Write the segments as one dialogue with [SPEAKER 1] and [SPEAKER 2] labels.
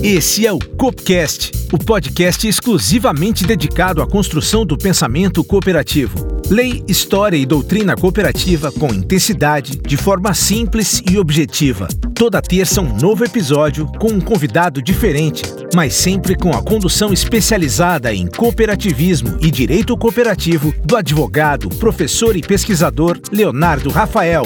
[SPEAKER 1] Esse é o Coopcast, o podcast exclusivamente dedicado à construção do pensamento cooperativo. Lei, história e doutrina cooperativa com intensidade, de forma simples e objetiva. Toda terça um novo episódio com um convidado diferente, mas sempre com a condução especializada em cooperativismo e direito cooperativo do advogado, professor e pesquisador Leonardo Rafael.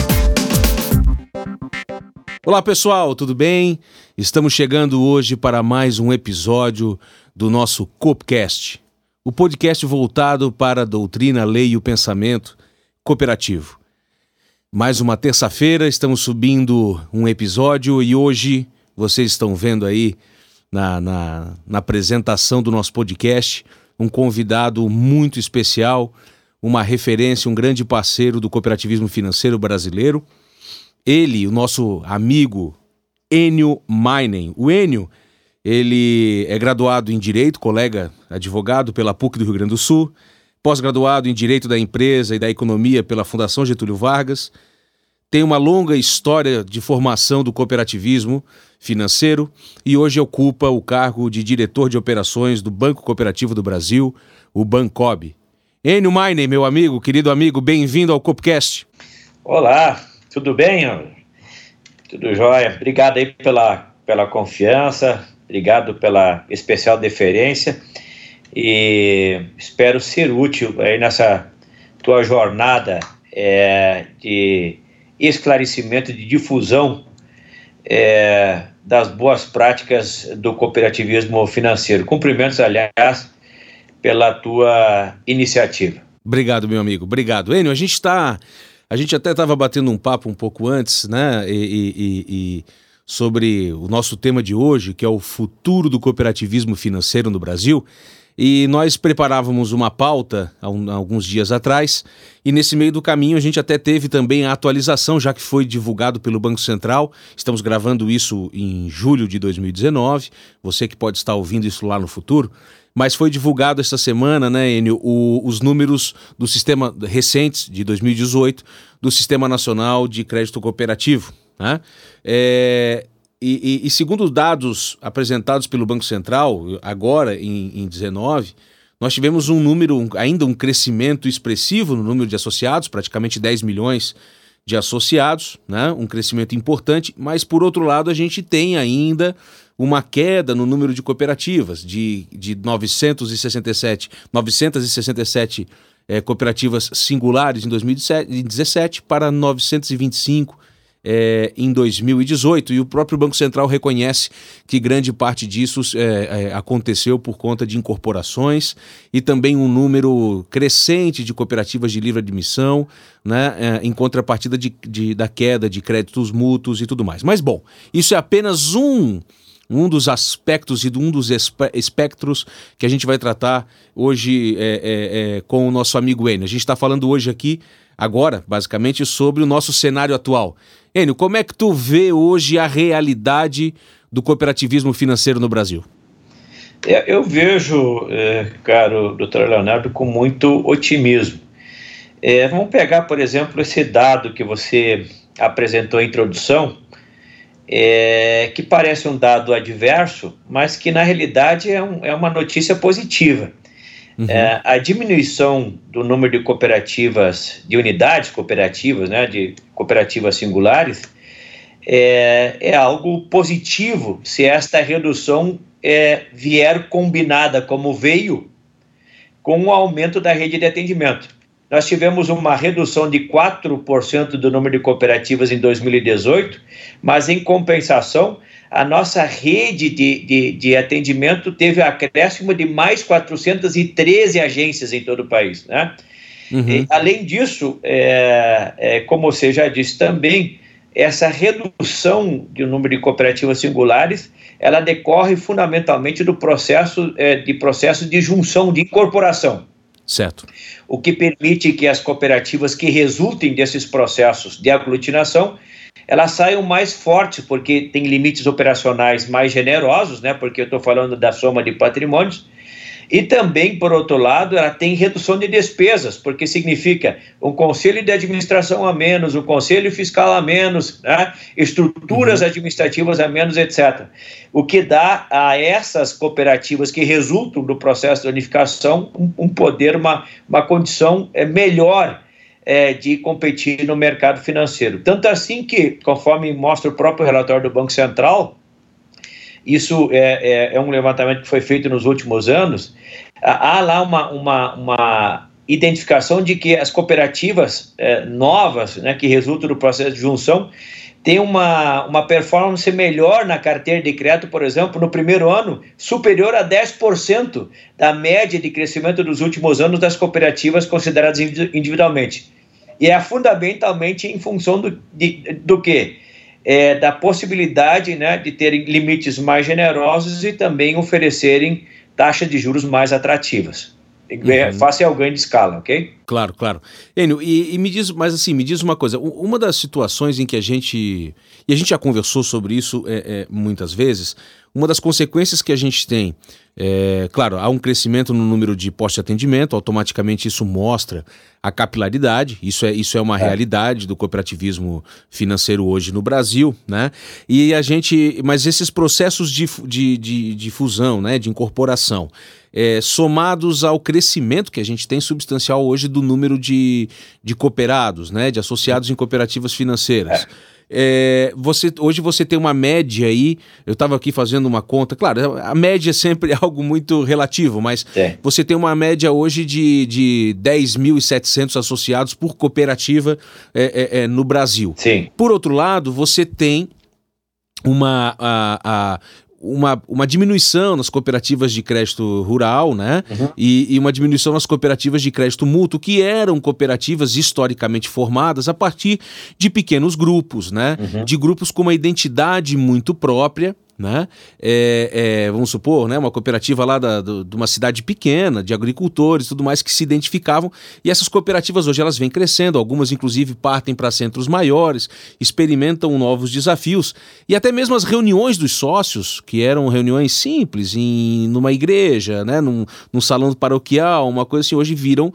[SPEAKER 2] Olá pessoal, tudo bem? Estamos chegando hoje para mais um episódio do nosso Coopcast, o podcast voltado para a doutrina, lei e o pensamento cooperativo. Mais uma terça-feira, estamos subindo um episódio e hoje vocês estão vendo aí na apresentação do nosso podcast um convidado muito especial, uma referência, um grande parceiro do cooperativismo financeiro brasileiro. Ele, o nosso amigo Enio Meinen. O Enio, ele é graduado em Direito, colega advogado pela PUC do Rio Grande do Sul, pós-graduado em Direito da Empresa e da Economia pela Fundação Getúlio Vargas, tem uma longa história de formação do cooperativismo financeiro e hoje ocupa o cargo de diretor de operações do Banco Cooperativo do Brasil, o Bancob. Enio Meinen, meu amigo, querido amigo, bem-vindo ao Coopcast.
[SPEAKER 3] Olá. Tudo bem? Tudo jóia. Obrigado aí pela confiança, obrigado pela especial deferência e espero ser útil aí nessa tua jornada de esclarecimento, de difusão das boas práticas do cooperativismo financeiro. Cumprimentos, aliás, pela tua iniciativa.
[SPEAKER 2] Obrigado, meu amigo. Obrigado. Enio, a gente até estava batendo um papo um pouco antes, né, e sobre o nosso tema de hoje, que é o futuro do cooperativismo financeiro no Brasil, e nós preparávamos uma pauta há alguns dias atrás, e nesse meio do caminho a gente até teve também a atualização, já que foi divulgado pelo Banco Central. Estamos gravando isso em julho de 2019, você que pode estar ouvindo isso lá no futuro, mas foi divulgado esta semana, né, Enio, os números do sistema recentes de 2018 do Sistema Nacional de Crédito Cooperativo, né? E segundo os dados apresentados pelo Banco Central, agora em 19, nós tivemos ainda um crescimento expressivo no número de associados, praticamente 10 milhões de associados, né? Um crescimento importante, mas por outro lado a gente tem ainda uma queda no número de cooperativas, de 967 cooperativas singulares em 2017 para 925 em 2018, e o próprio Banco Central reconhece que grande parte disso aconteceu por conta de incorporações e também um número crescente de cooperativas de livre admissão, né, em contrapartida da queda de créditos mútuos e tudo mais. Mas bom, isso é apenas um dos aspectos e um dos espectros que a gente vai tratar hoje com o nosso amigo Enio. A gente está falando hoje aqui, agora, basicamente, sobre o nosso cenário atual. Enio, como é que tu vê hoje a realidade do cooperativismo financeiro no Brasil?
[SPEAKER 3] Eu vejo, caro doutor Leonardo, com muito otimismo. Vamos pegar, por exemplo, esse dado que você apresentou em introdução, que parece um dado adverso, mas que na realidade é uma notícia positiva. Uhum. A diminuição do número de cooperativas, de unidades cooperativas, né, de cooperativas singulares, é algo positivo se esta redução vier combinada, como veio, com o aumento da rede de atendimento. Nós tivemos uma redução de 4% do número de cooperativas em 2018, mas em compensação, a nossa rede de atendimento teve acréscimo de mais 413 agências em todo o país, né? Uhum. Além disso, como você já disse também, essa redução do número de cooperativas singulares, ela decorre fundamentalmente do processo de junção, de incorporação.
[SPEAKER 2] Certo.
[SPEAKER 3] O que permite que as cooperativas que resultem desses processos de aglutinação, elas saiam mais fortes, porque tem limites operacionais mais generosos, né? Porque eu estou falando da soma de patrimônios, E também, por outro lado, ela tem redução de despesas, porque significa um conselho de administração a menos, um conselho fiscal a menos, né? Estruturas administrativas a menos, etc. O que dá a essas cooperativas que resultam do processo de unificação um poder, uma condição melhor de competir no mercado financeiro. Tanto assim que, conforme mostra o próprio relatório do Banco Central, isso é um levantamento que foi feito nos últimos anos, há lá uma identificação de que as cooperativas novas, né, que resultam do processo de junção, têm uma performance melhor na carteira de crédito, por exemplo, no primeiro ano, superior a 10% da média de crescimento dos últimos anos das cooperativas consideradas individualmente. E é fundamentalmente em função do quê? Da possibilidade, né, de terem limites mais generosos e também oferecerem taxas de juros mais atrativas. Face ao ganho de escala, ok?
[SPEAKER 2] Claro, claro. Enio, e me diz uma coisa, uma das situações em que a gente já conversou sobre isso muitas vezes, uma das consequências que a gente tem, claro, há um crescimento no número de postos de atendimento, automaticamente isso mostra a capilaridade, isso é uma realidade do cooperativismo financeiro hoje no Brasil, né? Mas esses processos de fusão, né, de incorporação, somados ao crescimento que a gente tem substancial hoje do número de cooperados, né, de associados em cooperativas financeiras. Hoje você tem uma média aí, eu estava aqui fazendo uma conta, claro, a média é sempre algo muito relativo, mas você tem uma média hoje de 10.700 associados por cooperativa no Brasil.
[SPEAKER 3] Sim.
[SPEAKER 2] Por outro lado, você tem uma diminuição nas cooperativas de crédito rural, né? E uma diminuição nas cooperativas de crédito mútuo, que eram cooperativas historicamente formadas a partir de pequenos grupos, né? De grupos com uma identidade muito própria, né? Vamos supor, né, uma cooperativa lá de uma cidade pequena, de agricultores e tudo mais, que se identificavam, e essas cooperativas hoje elas vêm crescendo, algumas inclusive partem para centros maiores, experimentam novos desafios, e até mesmo as reuniões dos sócios, que eram reuniões simples numa igreja, né, num salão paroquial, uma coisa assim, hoje viram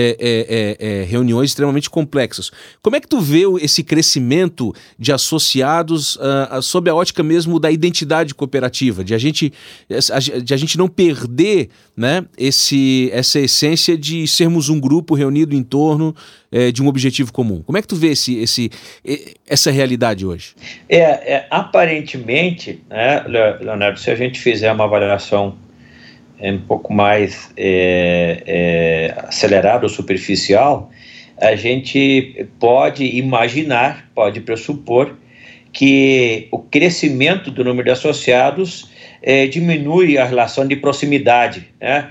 [SPEAKER 2] reuniões extremamente complexas. Como é que tu vê esse crescimento de associados sob a ótica mesmo da identidade cooperativa, de a gente não perder, né, essa essência de sermos um grupo reunido em torno de um objetivo comum? Como é que tu vê essa realidade hoje?
[SPEAKER 3] Aparentemente, né, Leonardo, se a gente fizer uma avaliação um pouco mais acelerada ou superficial, a gente pode imaginar, pode pressupor que o crescimento do número de associados diminui a relação de proximidade, né?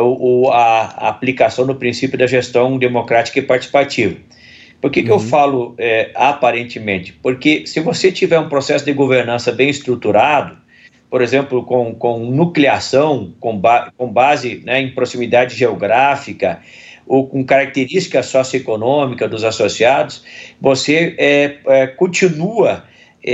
[SPEAKER 3] A aplicação do princípio da gestão democrática e participativa. Por que eu falo aparentemente? Porque se você tiver um processo de governança bem estruturado, por exemplo, com nucleação, com base, né, em proximidade geográfica, ou com características socioeconômicas dos associados, você continua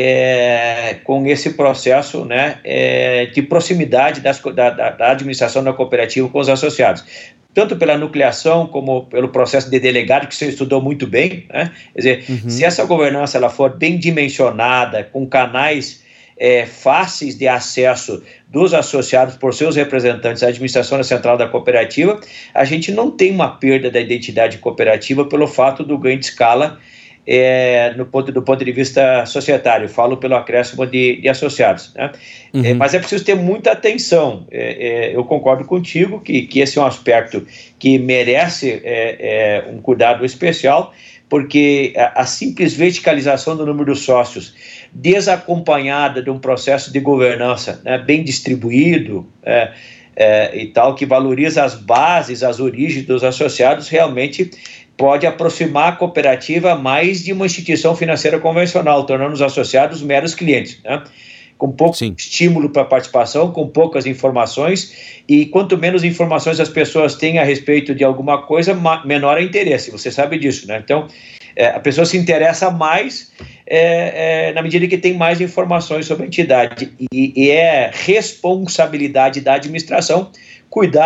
[SPEAKER 3] com esse processo, né, de proximidade da administração da cooperativa com os associados, tanto pela nucleação como pelo processo de delegado, que você estudou muito bem, né? Quer dizer, se essa governança ela for bem dimensionada, com canais fáceis de acesso dos associados por seus representantes à administração central da cooperativa, a gente não tem uma perda da identidade cooperativa pelo fato do ganho de escala do ponto de vista societário, falo pelo acréscimo de associados, né? Mas é preciso ter muita atenção. Eu concordo contigo que esse é um aspecto que merece um cuidado especial, porque a simples verticalização do número de sócios, desacompanhada de um processo de governança, né, bem distribuído e tal, que valoriza as bases, as origens dos associados, realmente pode aproximar a cooperativa mais de uma instituição financeira convencional, tornando os associados meros clientes, né? Com pouco estímulo para a participação, com poucas informações, e quanto menos informações as pessoas têm a respeito de alguma coisa, menor é o interesse, você sabe disso, né? Então, a pessoa se interessa mais na medida que tem mais informações sobre a entidade, e é responsabilidade da administração cuidar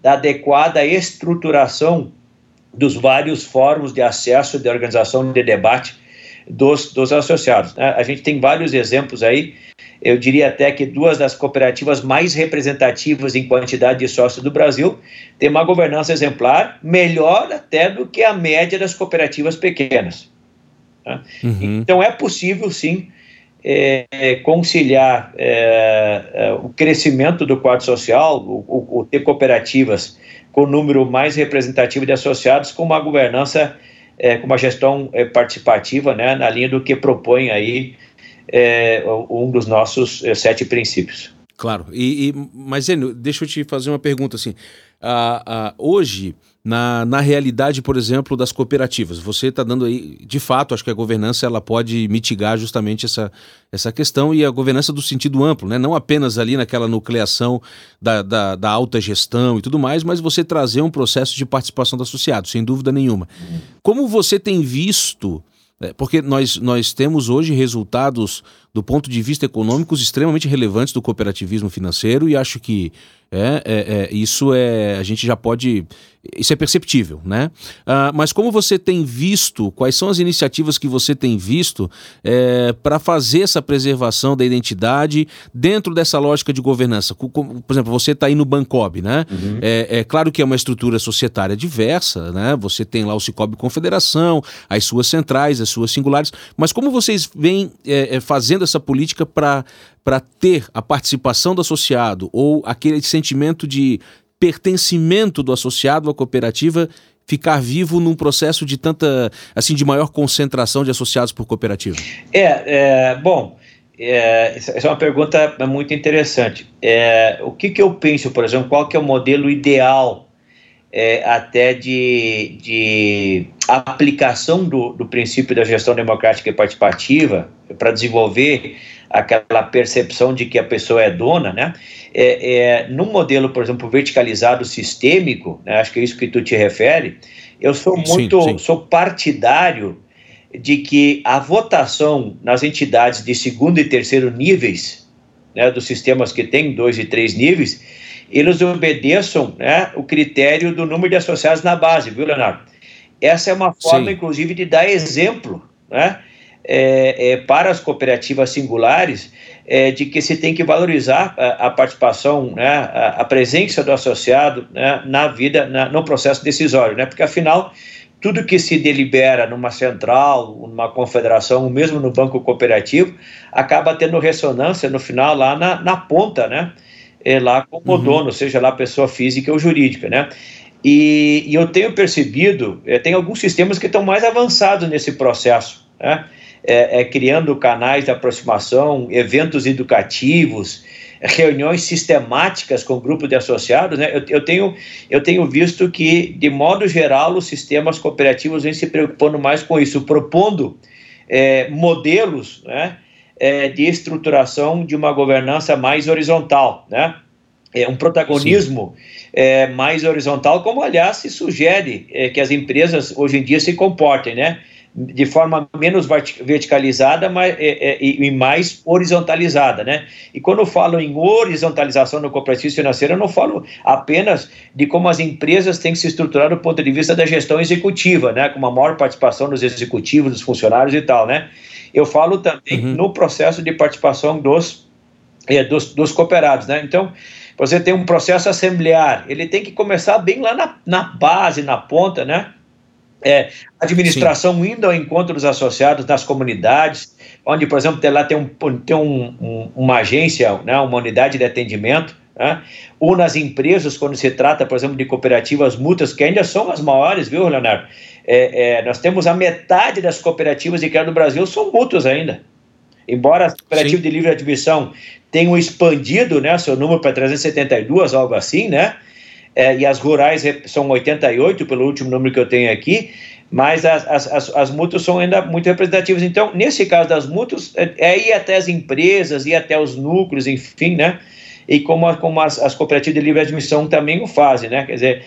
[SPEAKER 3] da adequada estruturação dos vários fóruns de acesso, de organização, de debate dos associados. A gente tem vários exemplos aí. Eu diria até que 2 das cooperativas mais representativas em quantidade de sócios do Brasil têm uma governança exemplar, melhor até do que a média das cooperativas pequenas. Uhum. Então é possível, sim, conciliar o crescimento do quadro social, o ter cooperativas com o número mais representativo de associados, com uma governança, com uma gestão participativa, né, na linha do que propõe aí um dos nossos 7 princípios.
[SPEAKER 2] Claro, mas Enio, deixa eu te fazer uma pergunta assim, hoje, na realidade, por exemplo, das cooperativas, você está dando aí, de fato, acho que a governança ela pode mitigar justamente essa questão, e a governança do sentido amplo, né? Não apenas ali naquela nucleação da alta gestão e tudo mais, mas você trazer um processo de participação do associado, sem dúvida nenhuma. Como você tem visto... Porque nós temos hoje resultados do ponto de vista econômicos extremamente relevantes do cooperativismo financeiro, e acho que a gente já pode... Isso é perceptível, né? Mas como você tem visto, quais são as iniciativas que você tem visto para fazer essa preservação da identidade dentro dessa lógica de governança? Por exemplo, você está aí no Bancob, né? Uhum. É claro que é uma estrutura societária diversa, né? Você tem lá o Cicobi Confederação, as suas centrais, as suas singulares, mas como vocês vêm fazendo essa política para ter a participação do associado ou aquele sentimento de pertencimento do associado à cooperativa ficar vivo num processo de tanta, assim, de maior concentração de associados por cooperativa?
[SPEAKER 3] Bom, essa é uma pergunta muito interessante. O que eu penso, por exemplo, qual que é o modelo ideal até de aplicação do princípio da gestão democrática e participativa para desenvolver aquela percepção de que a pessoa é dona, né? Num modelo, por exemplo, verticalizado sistêmico, né? Acho que é isso que tu te refere, eu sou sou partidário de que a votação nas entidades de segundo e terceiro níveis, né, dos sistemas que tem 2 e 3 níveis, eles obedeçam, né, o critério do número de associados na base, viu, Leonardo? Essa é uma forma, inclusive, de dar exemplo, né, para as cooperativas singulares, de que se tem que valorizar a participação, né, a presença do associado, né, na vida, no processo decisório, né, porque afinal tudo que se delibera numa central, numa confederação, ou mesmo no banco cooperativo, acaba tendo ressonância no final lá na ponta, né, lá com o dono, seja lá pessoa física ou jurídica, né. E eu tenho percebido, tem alguns sistemas que estão mais avançados nesse processo, né, criando canais de aproximação, eventos educativos, reuniões sistemáticas com grupo de associados, né? Eu tenho visto que, de modo geral, os sistemas cooperativos vêm se preocupando mais com isso, propondo modelos, né, de estruturação de uma governança mais horizontal, né? Um protagonismo mais horizontal, como, aliás, se sugere que as empresas hoje em dia se comportem, né? De forma menos verticalizada e mais horizontalizada, né? E quando eu falo em horizontalização no cooperativismo financeiro, eu não falo apenas de como as empresas têm que se estruturar do ponto de vista da gestão executiva, né? Com uma maior participação dos executivos, dos funcionários e tal, né? Eu falo também no processo de participação dos cooperados, né? Então, você tem um processo assemblear, ele tem que começar bem lá na base, na ponta, né? Administração indo ao encontro dos associados nas comunidades, onde, por exemplo, tem uma agência, né, uma unidade de atendimento, né, ou nas empresas, quando se trata, por exemplo, de cooperativas mútuas, que ainda são as maiores, viu, Leonardo? Nós temos a metade das cooperativas de crédito do Brasil são mútuas ainda. Embora as cooperativas de livre admissão tenham expandido, né, seu número para 372, algo assim, né? E as rurais são 88, pelo último número que eu tenho aqui, mas as mútuas são ainda muito representativas. Então, nesse caso das mútuas, ir até as empresas, ir até os núcleos, enfim, né? E como as cooperativas de livre admissão também o fazem, né? Quer dizer,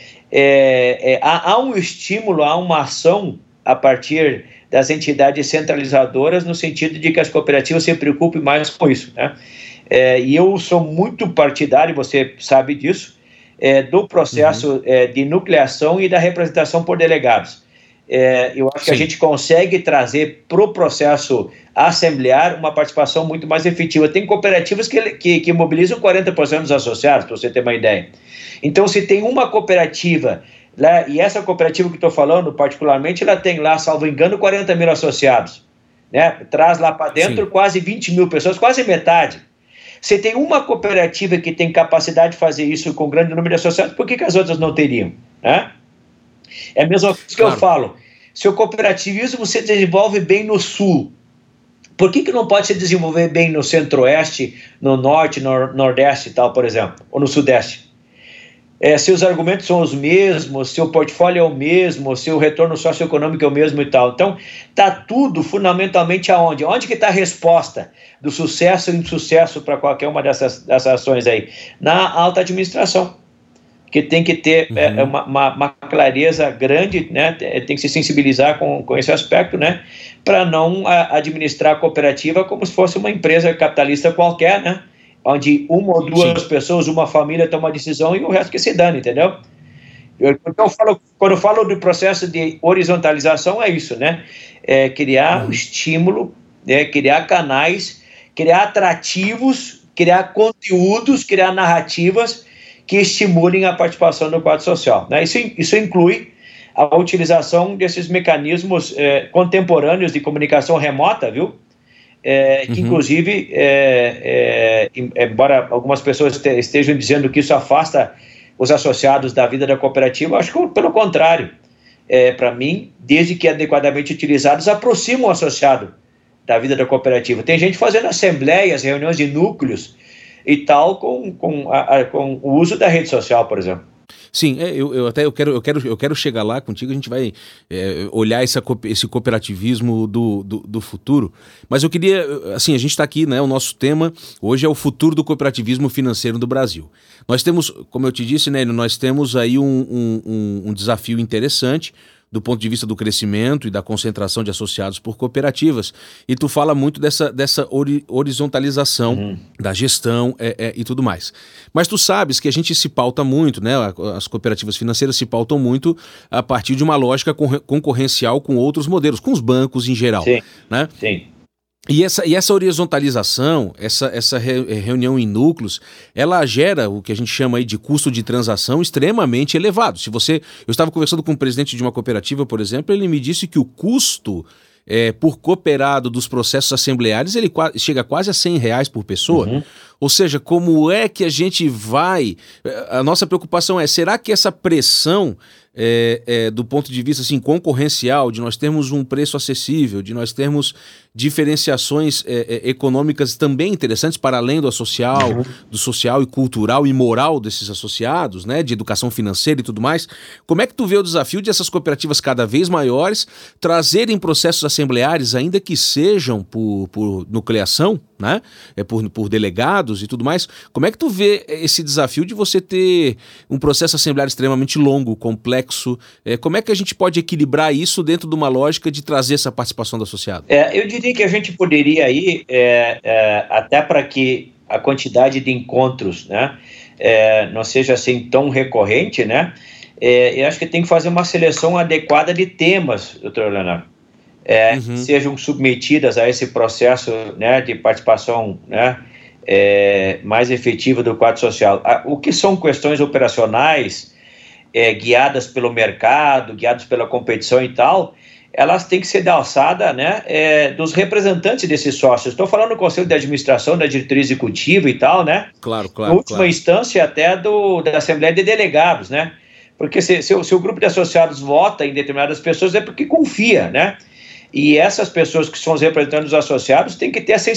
[SPEAKER 3] há um estímulo, há uma ação a partir das entidades centralizadoras, no sentido de que as cooperativas se preocupem mais com isso, né? E eu sou muito partidário, você sabe disso, do processo de nucleação e da representação por delegados. Eu acho que a gente consegue trazer para o processo assemblear uma participação muito mais efetiva. Tem cooperativas que mobilizam 40% dos associados, para você ter uma ideia. Então, se tem uma cooperativa, lá, e essa cooperativa que estou falando, particularmente, ela tem lá, salvo engano, 40 mil associados, né? Traz lá para dentro quase 20 mil pessoas, quase metade. Se tem uma cooperativa que tem capacidade de fazer isso com grande número de associados, por que as outras não teriam, né? É a mesma coisa que eu falo. Se o cooperativismo se desenvolve bem no sul, por que não pode se desenvolver bem no centro-oeste, no norte, no nordeste e tal, por exemplo, ou no sudeste? Se os argumentos são os mesmos, se o portfólio é o mesmo, se o retorno socioeconômico é o mesmo e tal. Então, está tudo fundamentalmente aonde? Onde que está a resposta do sucesso e insucesso para qualquer uma dessas ações aí? Na alta administração, que tem que ter uma clareza grande, né? Tem que se sensibilizar com esse aspecto, né? Para não administrar a cooperativa como se fosse uma empresa capitalista qualquer, né? Onde uma ou duas pessoas, uma família toma a decisão e o resto que se dane, entendeu? Quando eu falo do processo de horizontalização, é isso, né? Criar um estímulo, criar canais, criar atrativos, criar conteúdos, criar narrativas que estimulem a participação do quadro social, né? Isso inclui a utilização desses mecanismos contemporâneos de comunicação remota, viu? Que inclusive, embora algumas pessoas estejam dizendo que isso afasta os associados da vida da cooperativa, acho que pelo contrário. Para mim, desde que adequadamente utilizados, aproximam o associado da vida da cooperativa. Tem gente fazendo assembleias, reuniões de núcleos e tal, com o uso da rede social, por exemplo.
[SPEAKER 2] Sim, eu quero chegar lá contigo, a gente vai olhar esse cooperativismo do futuro, mas eu queria, assim, a gente está aqui, né, o nosso tema hoje é o futuro do cooperativismo financeiro do Brasil. Nós temos, como eu te disse, né, nós temos aí um desafio interessante do ponto de vista do crescimento e da concentração de associados por cooperativas, e tu fala muito dessa horizontalização da gestão e tudo mais. Mas tu sabes que a gente se pauta muito, né? As cooperativas financeiras se pautam muito a partir de uma lógica concorrencial com outros modelos, com os bancos em geral.
[SPEAKER 3] Sim,
[SPEAKER 2] né?
[SPEAKER 3] Sim.
[SPEAKER 2] E essa horizontalização, essa reunião em núcleos, ela gera o que a gente chama aí de custo de transação extremamente elevado. Eu estava conversando com um presidente de uma cooperativa, por exemplo, ele me disse que o custo por cooperado dos processos assembleares, ele chega quase a R$100 por pessoa. Ou seja, como é que a gente vai... A nossa preocupação será que essa pressão do ponto de vista assim, concorrencial, de nós termos um preço acessível, de nós termos diferenciações econômicas também interessantes para além do social e cultural e moral desses associados, né, de educação financeira e tudo mais, como é que tu vê o desafio de essas cooperativas cada vez maiores trazerem processos assembleares, ainda que sejam por nucleação, né, por delegados e tudo mais, como é que tu vê esse desafio de você ter um processo assemblear extremamente longo, complexo, como é que a gente pode equilibrar isso dentro de uma lógica de trazer essa participação do associado?
[SPEAKER 3] Eu diria que a gente poderia ir, até para que a quantidade de encontros, né, não seja assim tão recorrente, né, eu acho que tem que fazer uma seleção adequada de temas, doutor Leonardo, que sejam submetidas a esse processo, né, de participação, né, mais efetiva do quadro social. O que são questões operacionais, guiadas pelo mercado, guiadas pela competição e tal, elas têm que ser da alçada, né, dos representantes desses sócios. Estou falando do conselho de administração, da diretoria executiva e tal, né?
[SPEAKER 2] Claro.
[SPEAKER 3] Em última instância até da Assembleia de Delegados, né? Porque se o grupo de associados vota em determinadas pessoas é porque confia, né? E essas pessoas que são os representantes dos associados têm que ter a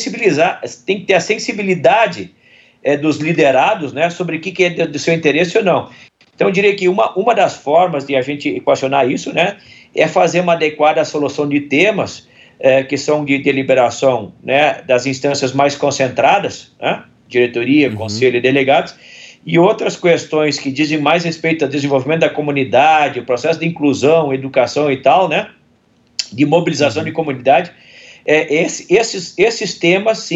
[SPEAKER 3] sensibilidade dos liderados, né, sobre o que é do seu interesse ou não. Então, eu diria que uma das formas de a gente equacionar isso, né, é fazer uma adequada solução de temas que são de deliberação, né, das instâncias mais concentradas, né, diretoria, conselho e delegados, e outras questões que dizem mais respeito ao desenvolvimento da comunidade, o processo de inclusão, educação e tal, né, de mobilização de comunidade, esses temas, sim,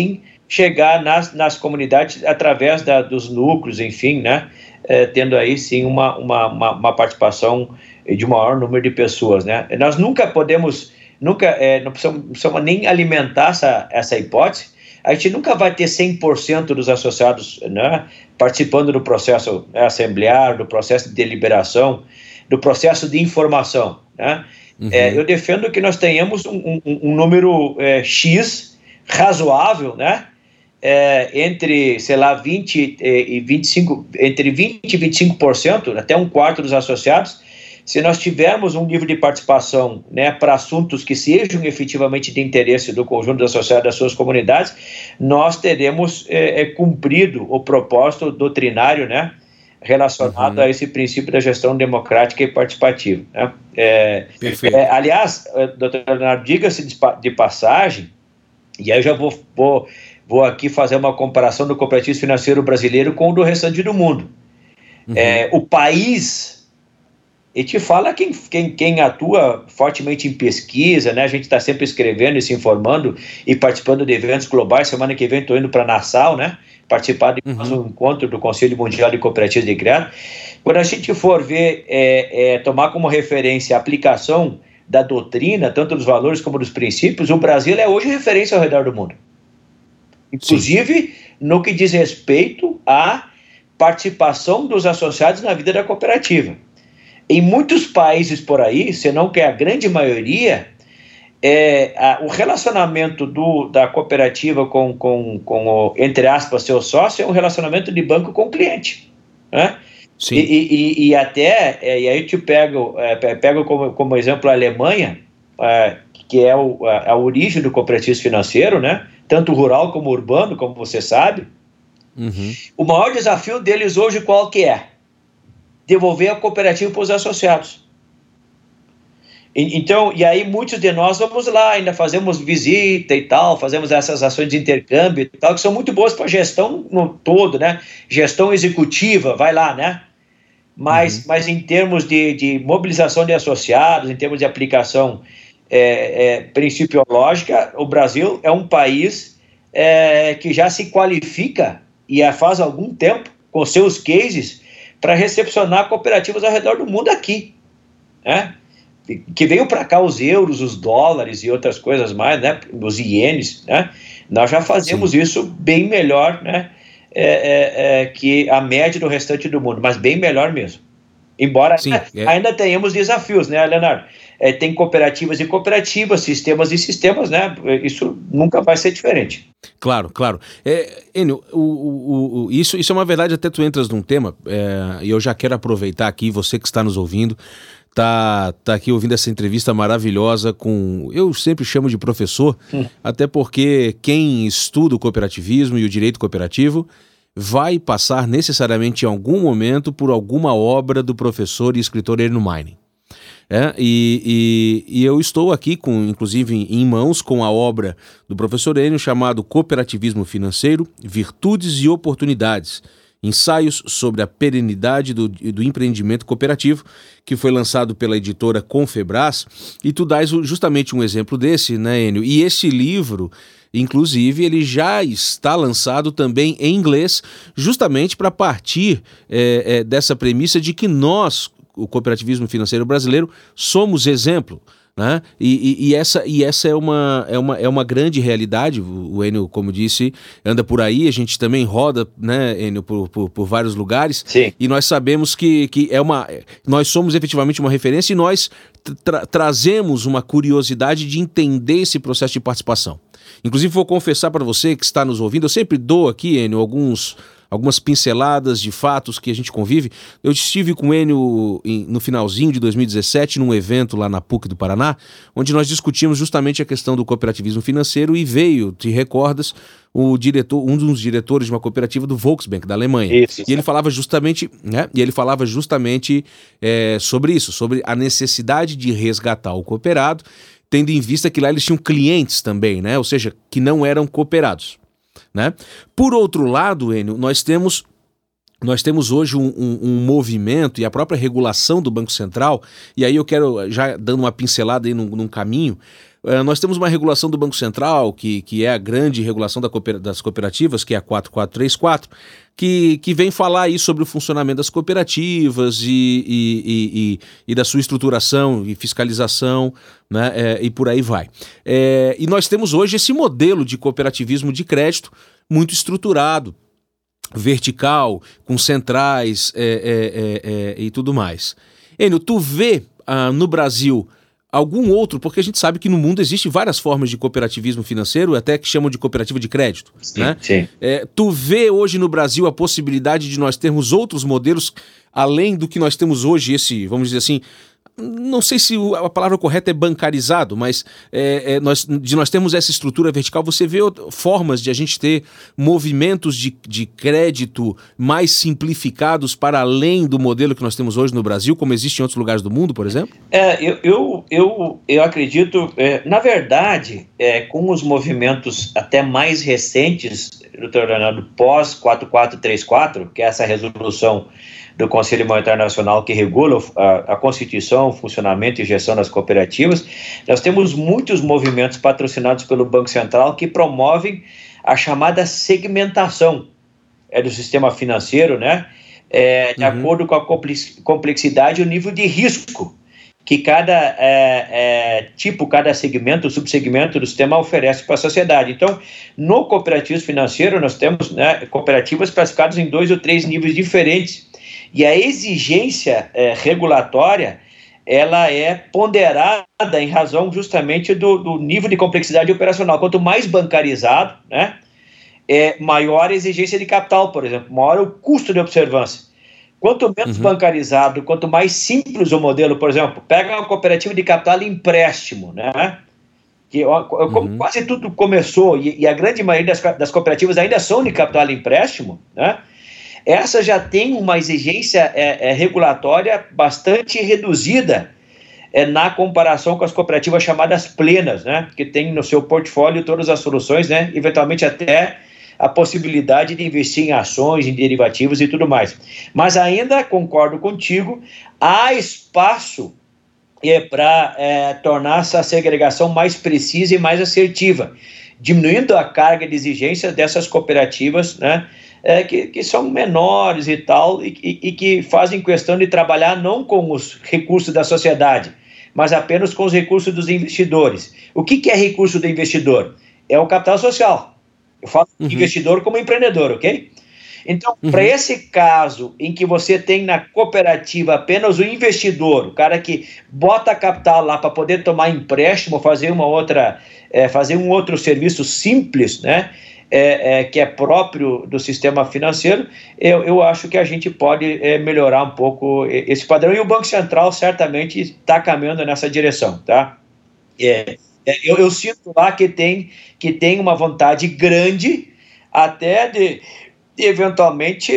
[SPEAKER 3] chegar nas comunidades através dos núcleos, enfim, né? Tendo aí sim uma participação de maior número de pessoas, né? Nós nunca podemos, não precisamos nem alimentar essa hipótese. A gente nunca vai ter 100% dos associados, né, participando do processo, né, assembleário, do processo de deliberação, do processo de informação, né? Eu defendo que nós tenhamos um número X razoável, né? Entre, sei lá, 20 e 25%, entre 20% e 25%, até um quarto dos associados. Se nós tivermos um nível de participação, né, para assuntos que sejam efetivamente de interesse do conjunto dos associados das suas comunidades, nós teremos cumprido o propósito doutrinário, né, relacionado a esse princípio da gestão democrática e participativa, né?
[SPEAKER 2] Perfeito.
[SPEAKER 3] Aliás, doutor Leonardo, diga-se de passagem, e aí eu já vou aqui fazer uma comparação do cooperativismo financeiro brasileiro com o do restante do mundo. O país, e te fala quem atua fortemente em pesquisa, né? A gente está sempre escrevendo e se informando e participando de eventos globais. Semana que vem estou indo para Nassau, né? Participar de um encontro do Conselho Mundial de Cooperativas de Crédito. Quando a gente for ver, tomar como referência a aplicação da doutrina, tanto dos valores como dos princípios, o Brasil é hoje referência ao redor do mundo. Inclusive, no que diz respeito à participação dos associados na vida da cooperativa. Em muitos países por aí, se não que a grande maioria, o relacionamento da cooperativa com o, entre aspas, seu sócio é um relacionamento de banco com cliente, né?
[SPEAKER 2] Sim.
[SPEAKER 3] E até, e aí eu te pego como exemplo a Alemanha, que é a origem do cooperativismo financeiro, né? Tanto rural como urbano, como você sabe. O maior desafio deles hoje qual que é? Devolver a cooperativa para os associados. Então, e aí muitos de nós vamos lá, ainda fazemos visita e tal, fazemos essas ações de intercâmbio e tal, que são muito boas para a gestão no todo, né? Gestão executiva, vai lá, né? Mas em termos de mobilização de associados, em termos de aplicação principiológica, o Brasil é um país que já se qualifica e faz algum tempo com seus cases para recepcionar cooperativas ao redor do mundo aqui, né? Que veio para cá os euros, os dólares e outras coisas mais, né? Os ienes, né? Nós já fazemos isso bem melhor, né? Que a média do restante do mundo, mas bem melhor mesmo. Embora ainda tenhamos desafios, né, Leonardo? Tem cooperativas e cooperativas, sistemas e sistemas, né? Isso nunca vai ser diferente.
[SPEAKER 2] Claro, claro. Enio, isso é uma verdade, até tu entras num tema, e eu já quero aproveitar aqui, você que está nos ouvindo, tá aqui ouvindo essa entrevista maravilhosa com, eu sempre chamo de professor, até porque quem estuda o cooperativismo e o direito cooperativo vai passar necessariamente em algum momento por alguma obra do professor e escritor Enio Meining. E eu estou aqui, inclusive em mãos, com a obra do professor Enio chamado Cooperativismo Financeiro, Virtudes e Oportunidades, ensaios sobre a perenidade do empreendimento cooperativo, que foi lançado pela editora Confebras, e tu dás justamente um exemplo desse, né, Enio? E esse livro, inclusive, ele já está lançado também em inglês, justamente para partir dessa premissa de que nós, o cooperativismo financeiro brasileiro, somos exemplo, né? E essa é uma grande realidade. O Enio, como disse, anda por aí, a gente também roda, né, Enio, por vários lugares.
[SPEAKER 3] Sim.
[SPEAKER 2] E nós sabemos que nós somos efetivamente uma referência e nós trazemos uma curiosidade de entender esse processo de participação. Inclusive, vou confessar para você que está nos ouvindo, eu sempre dou aqui, Enio, algumas pinceladas de fatos que a gente convive. Eu estive com o Enio no finalzinho de 2017, num evento lá na PUC do Paraná, onde nós discutimos justamente a questão do cooperativismo financeiro e veio, te recordas, um dos diretores de uma cooperativa do Volksbank, da Alemanha.
[SPEAKER 3] Isso.
[SPEAKER 2] E ele falava justamente, né, sobre isso, sobre a necessidade de resgatar o cooperado, tendo em vista que lá eles tinham clientes também, né? Ou seja, que não eram cooperados, né? Por outro lado, Enio, nós temos nós temos hoje um movimento e a própria regulação do Banco Central, e aí eu quero, já dando uma pincelada aí num caminho, nós temos uma regulação do Banco Central, que é a grande regulação das cooperativas, que é a 4434, que vem falar aí sobre o funcionamento das cooperativas e da sua estruturação e fiscalização, né, e por aí vai. E nós temos hoje esse modelo de cooperativismo de crédito muito estruturado, vertical, com centrais e tudo mais. Enio, tu vê no Brasil algum outro, porque a gente sabe que no mundo existem várias formas de cooperativismo financeiro, até que chamam de cooperativa de crédito,
[SPEAKER 3] sim,
[SPEAKER 2] né?
[SPEAKER 3] Sim.
[SPEAKER 2] Tu vê hoje no Brasil a possibilidade de nós termos outros modelos, além do que nós temos hoje, esse, vamos dizer assim, não sei se a palavra correta é bancarizado, mas nós temos essa estrutura vertical. Você vê formas de a gente ter movimentos de crédito mais simplificados para além do modelo que nós temos hoje no Brasil, como existe em outros lugares do mundo, por exemplo?
[SPEAKER 3] Eu acredito, na verdade, com os movimentos até mais recentes, doutor Leonardo, pós 4434, que é essa resolução do Conselho Monetário Nacional que regula a constituição, funcionamento e gestão das cooperativas, nós temos muitos movimentos patrocinados pelo Banco Central que promovem a chamada segmentação do sistema financeiro, né, de acordo com a complexidade e o nível de risco que cada cada segmento, subsegmento do sistema oferece para a sociedade. Então, no cooperativismo financeiro, nós temos, né, cooperativas classificadas em 2 ou 3 níveis diferentes. E a exigência regulatória, ela é ponderada em razão justamente do nível de complexidade operacional. Quanto mais bancarizado, né, maior a exigência de capital, por exemplo, maior o custo de observância. Quanto menos bancarizado, quanto mais simples o modelo, por exemplo, pega uma cooperativa de capital e empréstimo, né? Como quase tudo começou, e a grande maioria das cooperativas ainda são de capital e empréstimo, né? Essa já tem uma exigência regulatória bastante reduzida na comparação com as cooperativas chamadas plenas, né? Que tem no seu portfólio todas as soluções, né? Eventualmente até a possibilidade de investir em ações, em derivativos e tudo mais. Mas ainda, concordo contigo, há espaço para tornar essa segregação mais precisa e mais assertiva, diminuindo a carga de exigências dessas cooperativas, né, que são menores e tal, e que fazem questão de trabalhar não com os recursos da sociedade, mas apenas com os recursos dos investidores. O que é recurso do investidor? É o capital social. Eu falo investidor como empreendedor, ok? Então, para esse caso em que você tem na cooperativa apenas o investidor, o cara que bota capital lá para poder tomar empréstimo, fazer um outro serviço simples, né, que é próprio do sistema financeiro, eu acho que a gente pode melhorar um pouco esse padrão, e o Banco Central certamente está caminhando nessa direção, tá? Eu sinto lá que tem uma vontade grande até de eventualmente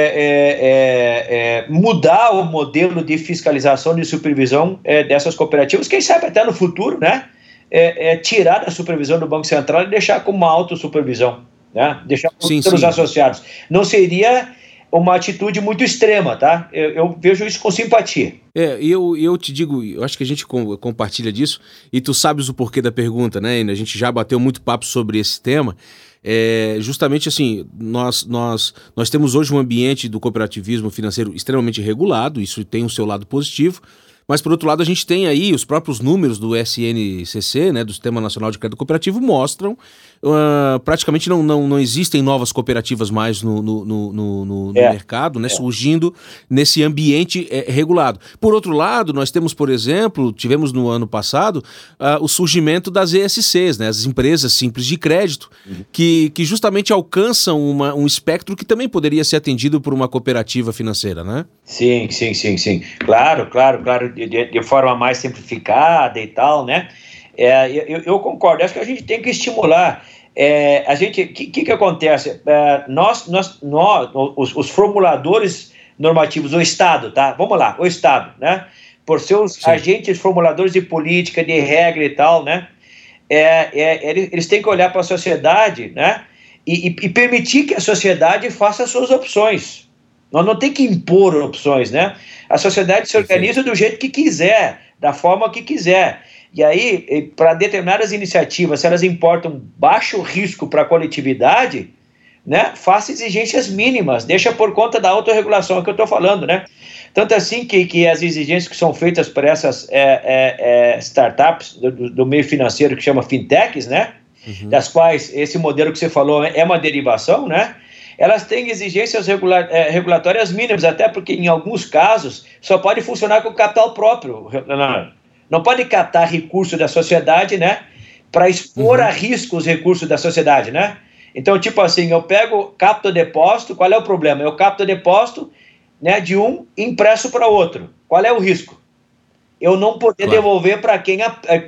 [SPEAKER 3] mudar o modelo de fiscalização e supervisão dessas cooperativas, quem sabe até no futuro, né? Tirar da supervisão do Banco Central e deixar com uma autossupervisão, né? Deixar pelos associados. Não seria uma atitude muito extrema, tá? Eu vejo isso com simpatia.
[SPEAKER 2] Eu te digo, eu acho que a gente compartilha disso, e tu sabes o porquê da pergunta, né? A gente já bateu muito papo sobre esse tema. Justamente assim, nós temos hoje um ambiente do cooperativismo financeiro extremamente regulado, isso tem o seu lado positivo, mas por outro lado a gente tem aí os próprios números do SNCC, né, do Sistema Nacional de Crédito Cooperativo, mostram praticamente não existem novas cooperativas mais no mercado, né, surgindo nesse ambiente regulado. Por outro lado, nós temos, por exemplo, tivemos no ano passado o surgimento das ESCs, né, as empresas simples de crédito, que justamente alcançam um espectro que também poderia ser atendido por uma cooperativa financeira, né?
[SPEAKER 3] Sim. Claro, de forma mais simplificada e tal, né? Eu concordo, acho que a gente tem que estimular. Que acontece? Os formuladores normativos, o Estado, tá? Vamos lá, o Estado, né? Por seus agentes formuladores de política, de regra e tal, né? Eles têm que olhar para a sociedade, né? E permitir que a sociedade faça as suas opções, Nós não temos que impor opções, né? A sociedade se organiza do jeito que quiser, da forma que quiser. E aí, para determinadas iniciativas, se elas importam baixo risco para a coletividade, né, faça exigências mínimas, deixa por conta da autorregulação que eu estou falando, né? Tanto assim que as exigências que são feitas por essas startups do meio financeiro, que chama fintechs, né? Das quais esse modelo que você falou é uma derivação, né? Elas têm exigências regulatórias mínimas, até porque em alguns casos só pode funcionar com capital próprio. Não pode captar recurso da sociedade, né, para expor a risco os recursos da sociedade, né? Então, tipo assim, eu capto o depósito, qual é o problema? Eu capto o depósito, né, de um e empresto para outro. Qual é o risco? Eu não poder devolver para quem,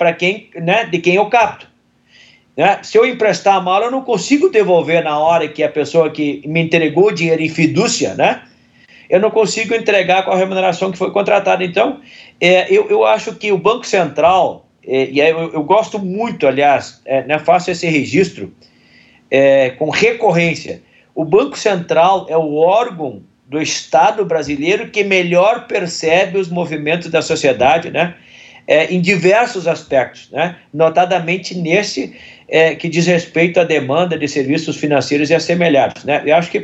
[SPEAKER 3] né, de quem eu capto. Né? Se eu emprestar mal, eu não consigo devolver na hora que a pessoa que me entregou o dinheiro em fidúcia, né? Eu não consigo entregar com a remuneração que foi contratada. Então, eu acho que o Banco Central, e eu gosto muito, aliás, né, faço esse registro com recorrência. O Banco Central é o órgão do Estado brasileiro que melhor percebe os movimentos da sociedade, né? Em diversos aspectos, né? Notadamente nesse que diz respeito à demanda de serviços financeiros e assemelhados, né? Eu acho que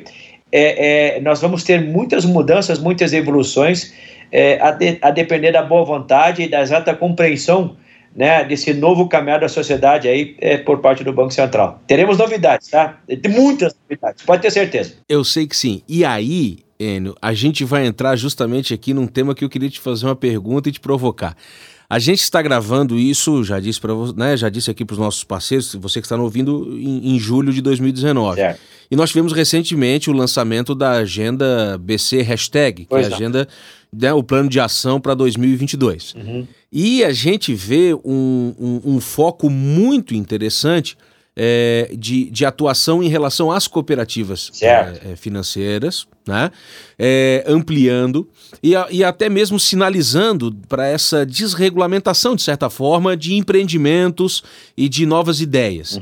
[SPEAKER 3] nós vamos ter muitas mudanças, muitas evoluções, a depender da boa vontade e da exata compreensão, né, desse novo caminhar da sociedade aí por parte do Banco Central. Teremos novidades, tá? Muitas novidades, pode ter certeza.
[SPEAKER 2] Eu sei que sim. E aí, Enio, a gente vai entrar justamente aqui num tema que eu queria te fazer uma pergunta e te provocar. A gente está gravando isso, já disse aqui para os nossos parceiros, você que está nos ouvindo, em julho de 2019. Certo. E nós tivemos recentemente o lançamento da agenda BC Hashtag, que é a agenda, né, o plano de ação para 2022. E a gente vê um foco muito interessante de atuação em relação às cooperativas financeiras, né? Ampliando e até mesmo sinalizando para essa desregulamentação, de certa forma, de empreendimentos e de novas ideias.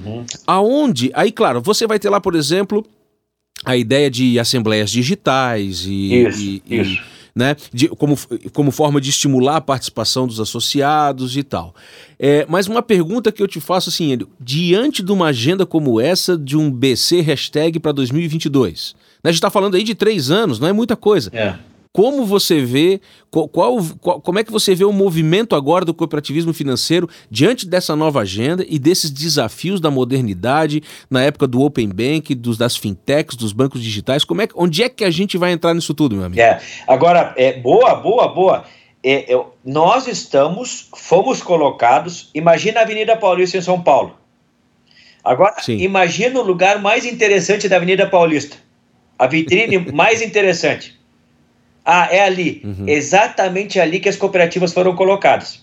[SPEAKER 2] Aí, claro, você vai ter lá, por exemplo, a ideia de assembleias digitais isso. Né, como forma de estimular a participação dos associados e tal. Mas uma pergunta que eu te faço assim, diante de uma agenda como essa, de um BC Hashtag para 2022, né, a gente está falando aí de 3 anos, não é muita coisa. Como você vê, como é que você vê o movimento agora do cooperativismo financeiro diante dessa nova agenda e desses desafios da modernidade, na época do Open Bank, das fintechs, dos bancos digitais? Onde é que a gente vai entrar nisso tudo, meu amigo?
[SPEAKER 3] Agora, boa. Nós fomos colocados, imagina a Avenida Paulista em São Paulo. Agora, imagina o lugar mais interessante da Avenida Paulista. A vitrine mais interessante. É ali, exatamente ali que as cooperativas foram colocadas.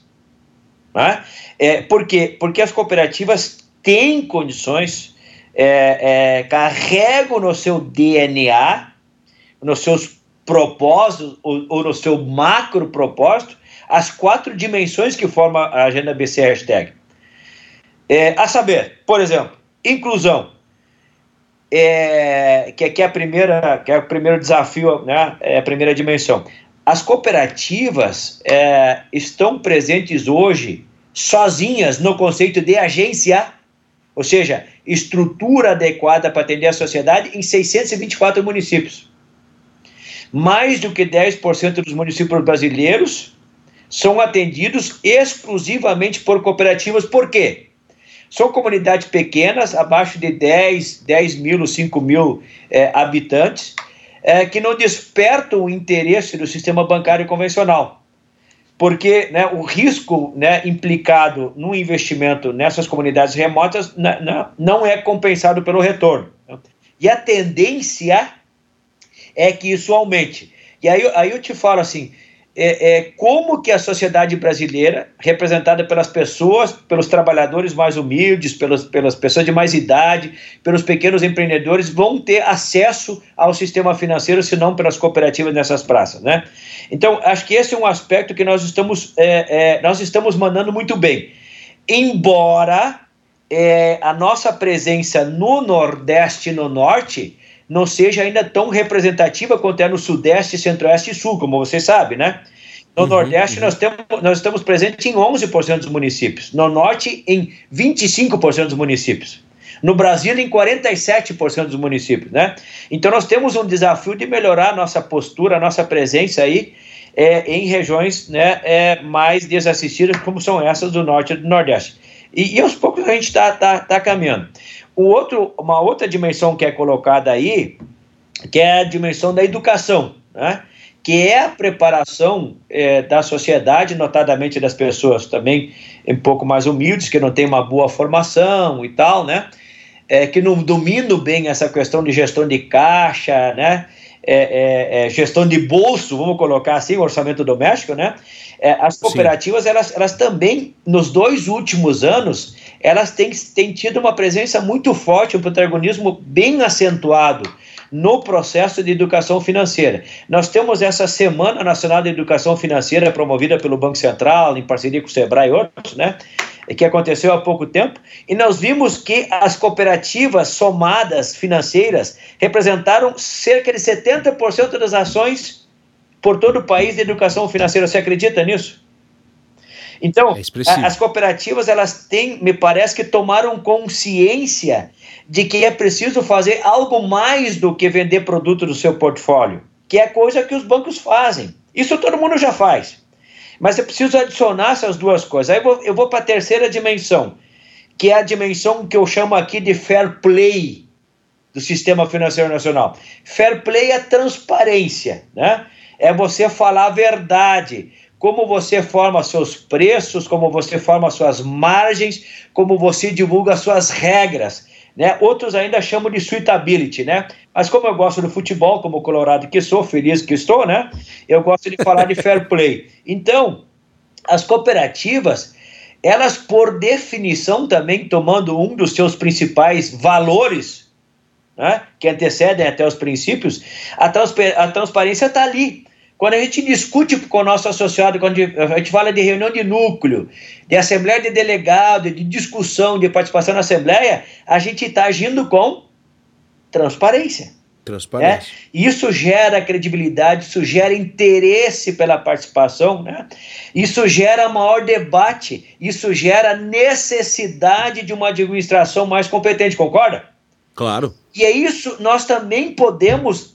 [SPEAKER 3] Né? Por quê? Porque as cooperativas têm condições, carregam no seu DNA, nos seus propósitos, ou no seu macro propósito, as 4 dimensões que formam a agenda BC Hashtag. A saber, por exemplo, inclusão. Que é o primeiro desafio, né? A primeira dimensão. As cooperativas estão presentes hoje sozinhas no conceito de agência, ou seja, estrutura adequada para atender a sociedade em 624 municípios. Mais do que 10% dos municípios brasileiros são atendidos exclusivamente por cooperativas. Por quê? São comunidades pequenas, abaixo de 10 mil, 5 mil habitantes, que não despertam o interesse do sistema bancário convencional. Porque, né, o risco, né, implicado no investimento nessas comunidades remotas não é compensado pelo retorno. E a tendência é que isso aumente. E aí eu te falo assim, como que a sociedade brasileira, representada pelas pessoas, pelos trabalhadores mais humildes, pelas pessoas de mais idade, pelos pequenos empreendedores, vão ter acesso ao sistema financeiro, se não pelas cooperativas nessas praças, né? Então, acho que esse é um aspecto que nós estamos mandando muito bem. Embora a nossa presença no Nordeste e no Norte não seja ainda tão representativa quanto é no Sudeste, Centro-Oeste e Sul, como você sabe, né? No Nordeste, nós estamos presentes em 11% dos municípios. No Norte, em 25% dos municípios. No Brasil, em 47% dos municípios, né? Então, nós temos um desafio de melhorar a nossa postura, a nossa presença aí em regiões, né, mais desassistidas, como são essas do Norte e do Nordeste. E aos poucos a gente está caminhando. Uma outra dimensão que é colocada aí, que é a dimensão da educação, né? Que é a preparação da sociedade, notadamente das pessoas também um pouco mais humildes, que não têm uma boa formação e tal, né? Que não dominam bem essa questão de gestão de caixa, né? Gestão de bolso, vamos colocar assim, orçamento doméstico, né? As cooperativas, elas também, nos 2 últimos anos, elas têm tido uma presença muito forte, um protagonismo bem acentuado no processo de educação financeira. Nós temos essa Semana Nacional de Educação Financeira promovida pelo Banco Central, em parceria com o Sebrae e outros, né? Que aconteceu há pouco tempo, e nós vimos que as cooperativas somadas financeiras representaram cerca de 70% das ações por todo o país de educação financeira. Você acredita nisso? Então, as cooperativas, elas têm, me parece que tomaram consciência de que é preciso fazer algo mais do que vender produto do seu portfólio, que é coisa que os bancos fazem. Isso todo mundo já faz. Mas é preciso adicionar essas 2 coisas. Aí eu vou para a terceira dimensão, que é a dimensão que eu chamo aqui de fair play do sistema financeiro nacional. Fair play é transparência, né? É você falar a verdade, como você forma seus preços, como você forma suas margens, como você divulga suas regras, né? Outros ainda chamam de suitability, né? Mas como eu gosto do futebol, como colorado que sou, feliz que estou, né? Eu gosto de falar de fair play. Então, as cooperativas, elas, por definição, também tomando um dos seus principais valores, né, que antecedem até os princípios, a transparência está ali. Quando a gente discute com o nosso associado, quando a gente fala de reunião de núcleo, de assembleia de delegado, de discussão, de participação na assembleia, a gente está agindo com transparência. Isso gera credibilidade, isso gera interesse pela participação, né? Isso gera maior debate, isso gera necessidade de uma administração mais competente, concorda?
[SPEAKER 2] Claro.
[SPEAKER 3] E é isso, nós também podemos,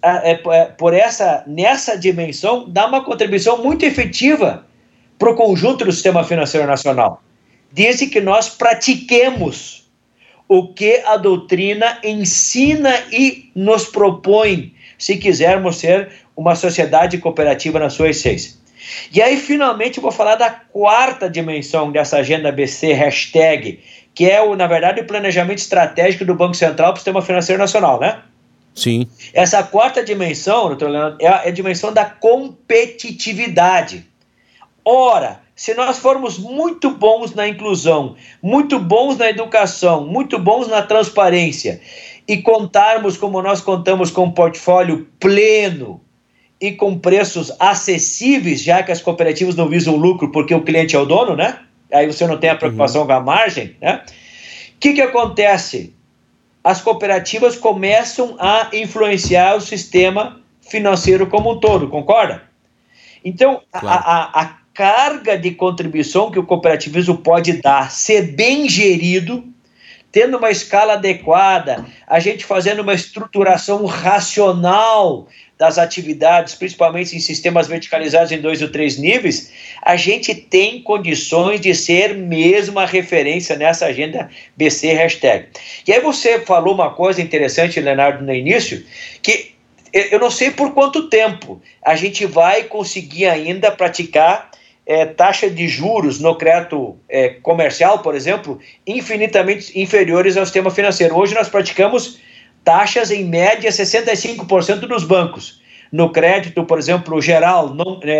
[SPEAKER 3] nessa dimensão, dar uma contribuição muito efetiva para o conjunto do sistema financeiro nacional, desde que nós pratiquemos o que a doutrina ensina e nos propõe, se quisermos ser uma sociedade cooperativa na sua essência. E aí, finalmente, eu vou falar da 4ª dimensão dessa agenda BC hashtag, que é, na verdade, o planejamento estratégico do Banco Central para o sistema financeiro nacional, né?
[SPEAKER 2] Sim.
[SPEAKER 3] Essa 4ª dimensão, doutor Leandro, é a dimensão da competitividade. Ora, se nós formos muito bons na inclusão, muito bons na educação, muito bons na transparência e contarmos como nós contamos com um portfólio pleno e com preços acessíveis, já que as cooperativas não visam lucro porque o cliente é o dono, né? Aí você não tem a preocupação com a margem, né? O que acontece? As cooperativas começam a influenciar o sistema financeiro como um todo, concorda? Então, claro, a carga de contribuição que o cooperativismo pode dar, ser bem gerido, tendo uma escala adequada, a gente fazendo uma estruturação racional das atividades, principalmente em sistemas verticalizados em 2 ou 3 níveis, a gente tem condições de ser mesmo a referência nessa agenda BC hashtag. E aí você falou uma coisa interessante, Leonardo, no início, que eu não sei por quanto tempo a gente vai conseguir ainda praticar taxa de juros no crédito comercial, por exemplo, infinitamente inferiores ao sistema financeiro. Hoje nós praticamos taxas em média 65% dos bancos, no crédito, por exemplo, geral,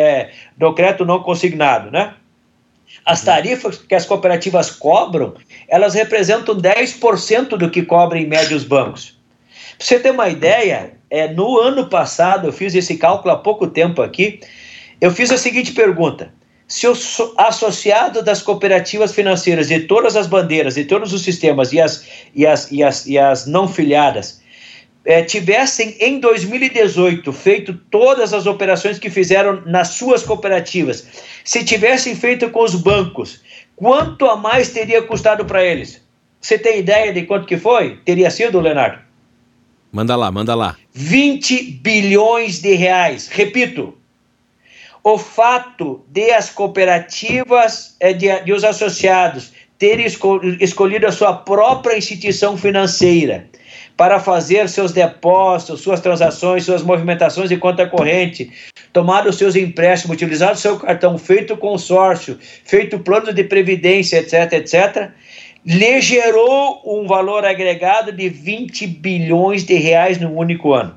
[SPEAKER 3] no crédito não consignado, né? As tarifas que as cooperativas cobram, elas representam 10% do que cobram em média os bancos. Para você ter uma ideia, no ano passado, eu fiz esse cálculo há pouco tempo aqui, eu fiz a seguinte pergunta: se o associado das cooperativas financeiras de todas as bandeiras, de todos os sistemas e as não filiadas, tivessem em 2018 feito todas as operações que fizeram nas suas cooperativas, se tivessem feito com os bancos, quanto a mais teria custado para eles? Você tem ideia de quanto que foi? Teria sido, Leonardo?
[SPEAKER 2] Manda lá.
[SPEAKER 3] 20 bilhões de reais. Repito, o fato de as cooperativas, de os associados terem escolhido a sua própria instituição financeira para fazer seus depósitos, suas transações, suas movimentações de conta corrente, tomado os seus empréstimos, utilizado o seu cartão, feito consórcio, feito plano de previdência, etc., lhe gerou um valor agregado de 20 bilhões de reais num único ano.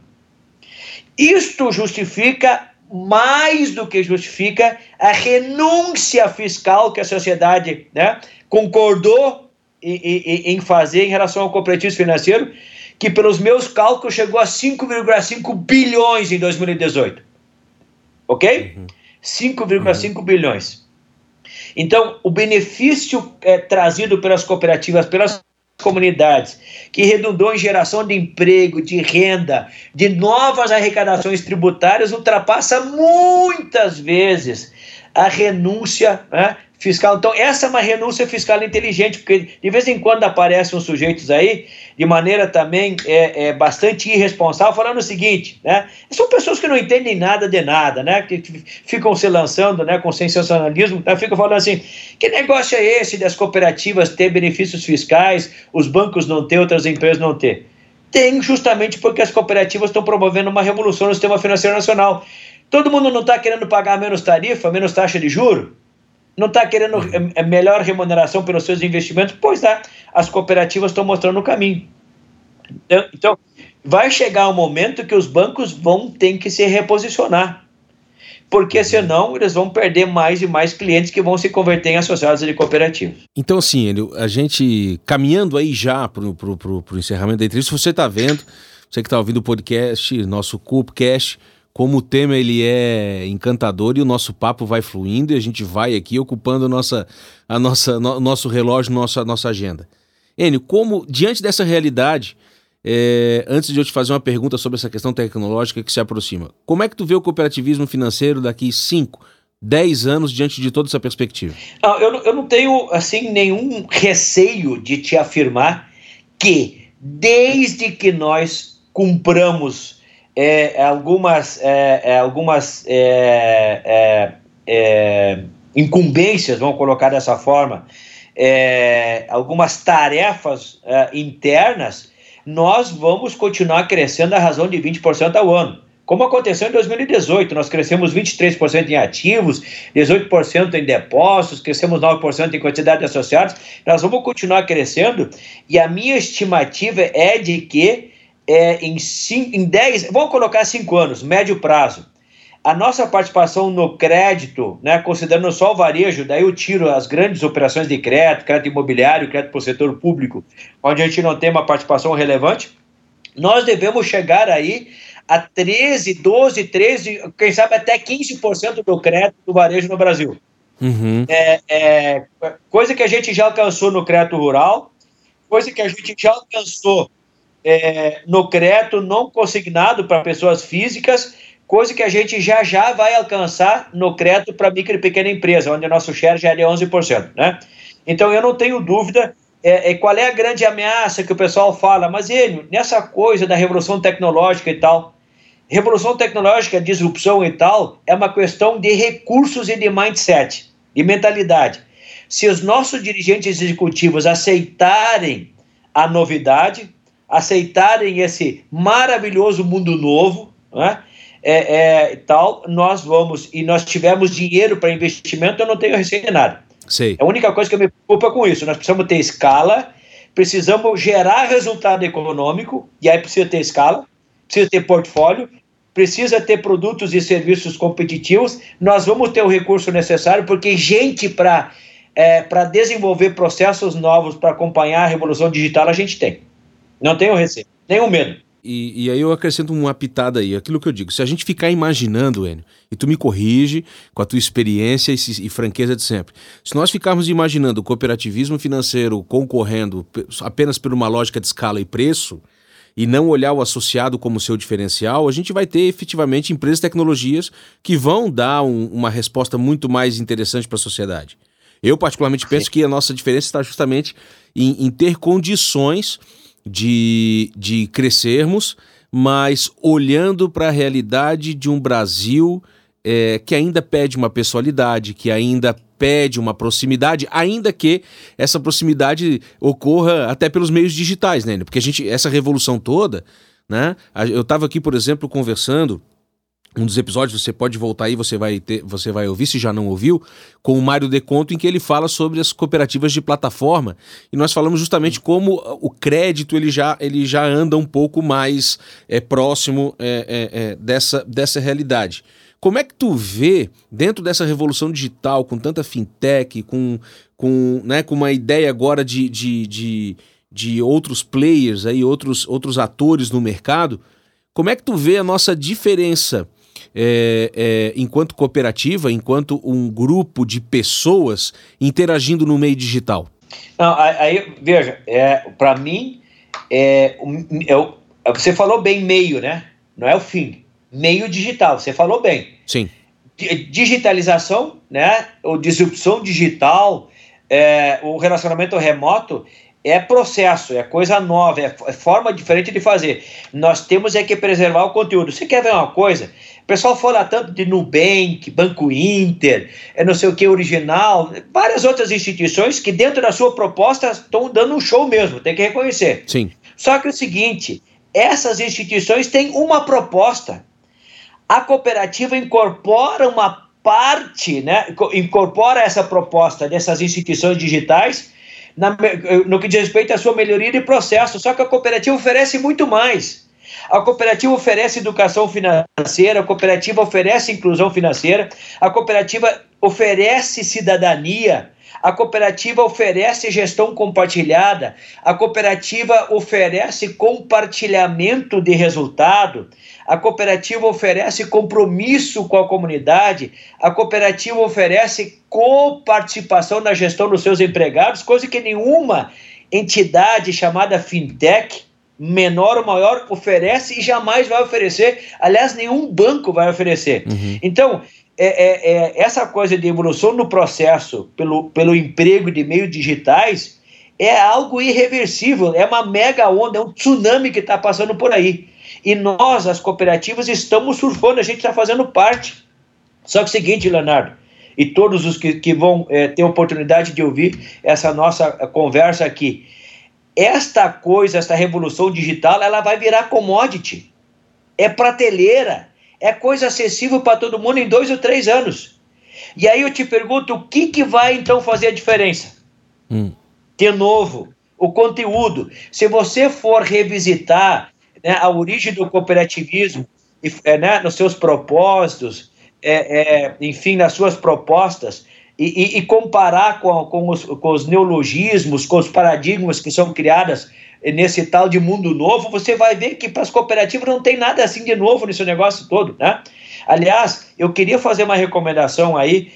[SPEAKER 3] Isto justifica, mais do que justifica, a renúncia fiscal que a sociedade, né, concordou em fazer em relação ao cooperativismo financeiro, que pelos meus cálculos chegou a 5,5 bilhões em 2018. Ok? 5,5 bilhões. Então, o benefício trazido pelas cooperativas, pelas comunidades, que redundou em geração de emprego, de renda, de novas arrecadações tributárias, ultrapassa muitas vezes a renúncia, né, fiscal. Então, essa é uma renúncia fiscal inteligente, porque de vez em quando aparecem uns sujeitos aí, de maneira também bastante irresponsável, falando o seguinte, né? São pessoas que não entendem nada de nada, né? Que ficam se lançando, né, com sensacionalismo, tá? Ficam falando assim, que negócio é esse das cooperativas ter benefícios fiscais, os bancos não ter, outras empresas não ter? Tem, justamente porque as cooperativas estão promovendo uma revolução no sistema financeiro nacional. Todo mundo não está querendo pagar menos tarifa, menos taxa de juros? Não está querendo melhor remuneração pelos seus investimentos? Pois é, as cooperativas estão mostrando o caminho. Então, vai chegar um momento que os bancos vão ter que se reposicionar, porque senão eles vão perder mais e mais clientes que vão se converter em associados de cooperativas.
[SPEAKER 2] Então, assim, Enio, a gente caminhando aí já para o encerramento da entrevista, você está vendo, você que está ouvindo o podcast, nosso Coopcast, como o tema ele é encantador e o nosso papo vai fluindo e a gente vai aqui ocupando nosso relógio, nossa agenda. Enio, como diante dessa realidade, antes de eu te fazer uma pergunta sobre essa questão tecnológica que se aproxima, como é que tu vê o cooperativismo financeiro daqui 5, 10 anos diante de toda essa perspectiva?
[SPEAKER 3] Eu não tenho assim, nenhum receio de te afirmar que desde que nós cumpramos algumas incumbências, vamos colocar dessa forma, algumas tarefas internas, nós vamos continuar crescendo à razão de 20% ao ano. Como aconteceu em 2018, nós crescemos 23% em ativos, 18% em depósitos, crescemos 9% em quantidade de associados, nós vamos continuar crescendo, e a minha estimativa é de que em 10, vamos colocar 5 anos, médio prazo, a nossa participação no crédito, né, considerando só o varejo, daí eu tiro as grandes operações de crédito imobiliário, crédito para o setor público, onde a gente não tem uma participação relevante, nós devemos chegar aí a 13, 12, 13, quem sabe até 15% do crédito do varejo no Brasil. Coisa que a gente já alcançou no crédito rural, coisa que a gente já alcançou no crédito não consignado para pessoas físicas, coisa que a gente já vai alcançar no crédito para micro e pequena empresa, onde o nosso share já é de 11%, né? Então eu não tenho dúvida qual é a grande ameaça que o pessoal fala, mas nessa coisa da revolução tecnológica e tal, revolução tecnológica, disrupção e tal, é uma questão de recursos e de mindset, de mentalidade. Se os nossos dirigentes executivos aceitarem a novidade, aceitarem esse maravilhoso mundo novo, né, tal, nós vamos, e nós tivermos dinheiro para investimento, eu não tenho receio de nada.
[SPEAKER 2] Sei.
[SPEAKER 3] A única coisa que eu me preocupo com isso, nós precisamos ter escala, precisamos gerar resultado econômico, e aí precisa ter escala, precisa ter portfólio, precisa ter produtos e serviços competitivos, nós vamos ter o recurso necessário, porque gente para desenvolver processos novos, para acompanhar a revolução digital, a gente tem. Não tenho receio, nenhum medo.
[SPEAKER 2] E aí eu acrescento uma pitada aí, aquilo que eu digo, se a gente ficar imaginando, Enio, e tu me corrige com a tua experiência e franqueza de sempre, se nós ficarmos imaginando o cooperativismo financeiro concorrendo apenas por uma lógica de escala e preço, e não olhar o associado como seu diferencial, a gente vai ter efetivamente empresas de tecnologias que vão dar uma resposta muito mais interessante para a sociedade. Eu particularmente penso que a nossa diferença está justamente em ter condições de crescermos, mas olhando para a realidade de um Brasil que ainda pede uma pessoalidade, que ainda pede uma proximidade, ainda que essa proximidade ocorra até pelos meios digitais, né? Porque essa revolução toda, né? Eu estava aqui, por exemplo, conversando, um dos episódios, você pode voltar aí, você vai ouvir, se já não ouviu, com o Mário Deconto, em que ele fala sobre as cooperativas de plataforma, e nós falamos justamente como o crédito ele já anda um pouco mais próximo dessa realidade. Como é que tu vê, dentro dessa revolução digital, com tanta fintech, com uma ideia agora de outros players, aí, outros atores no mercado, como é que tu vê a nossa diferença enquanto cooperativa, enquanto um grupo de pessoas interagindo no meio digital?
[SPEAKER 3] Não, aí veja, para mim, você falou bem meio, né? Não é o fim. Meio digital, você falou bem.
[SPEAKER 2] Sim.
[SPEAKER 3] Digitalização, né? Ou disrupção digital, o relacionamento remoto é processo, é coisa nova, é forma diferente de fazer. Nós temos que preservar o conteúdo. Você quer ver uma coisa? O pessoal fala tanto de Nubank, Banco Inter, não sei o que, Original, várias outras instituições que dentro da sua proposta estão dando um show mesmo, tem que reconhecer.
[SPEAKER 2] Sim.
[SPEAKER 3] Só que é o seguinte, essas instituições têm uma proposta. A cooperativa incorpora uma parte, né? Incorpora essa proposta dessas instituições digitais no que diz respeito à sua melhoria de processo, só que a cooperativa oferece muito mais. A cooperativa oferece educação financeira, a cooperativa oferece inclusão financeira, a cooperativa oferece cidadania, a cooperativa oferece gestão compartilhada, a cooperativa oferece compartilhamento de resultado, a cooperativa oferece compromisso com a comunidade, a cooperativa oferece coparticipação na gestão dos seus empregados, coisa que nenhuma entidade chamada fintech, menor ou maior, oferece e jamais vai oferecer. Aliás, nenhum banco vai oferecer. Uhum. Então, essa coisa de evolução no processo pelo emprego de meios digitais é algo irreversível, é uma mega onda, é um tsunami que está passando por aí. E nós, as cooperativas, estamos surfando, a gente está fazendo parte. Só que é o seguinte, Leonardo, e todos os que vão ter oportunidade de ouvir essa nossa conversa aqui, esta revolução digital, ela vai virar commodity, é prateleira, é coisa acessível para todo mundo em 2 ou 3 anos. E aí eu te pergunto, o que vai então fazer a diferença? De novo, o conteúdo. Se você for revisitar, né, a origem do cooperativismo, né, nos seus propósitos, enfim, nas suas propostas, e comparar com os neologismos, com os paradigmas que são criados nesse tal de mundo novo, você vai ver que para as cooperativas não tem nada assim de novo nesse negócio todo, né? Aliás, eu queria fazer uma recomendação aí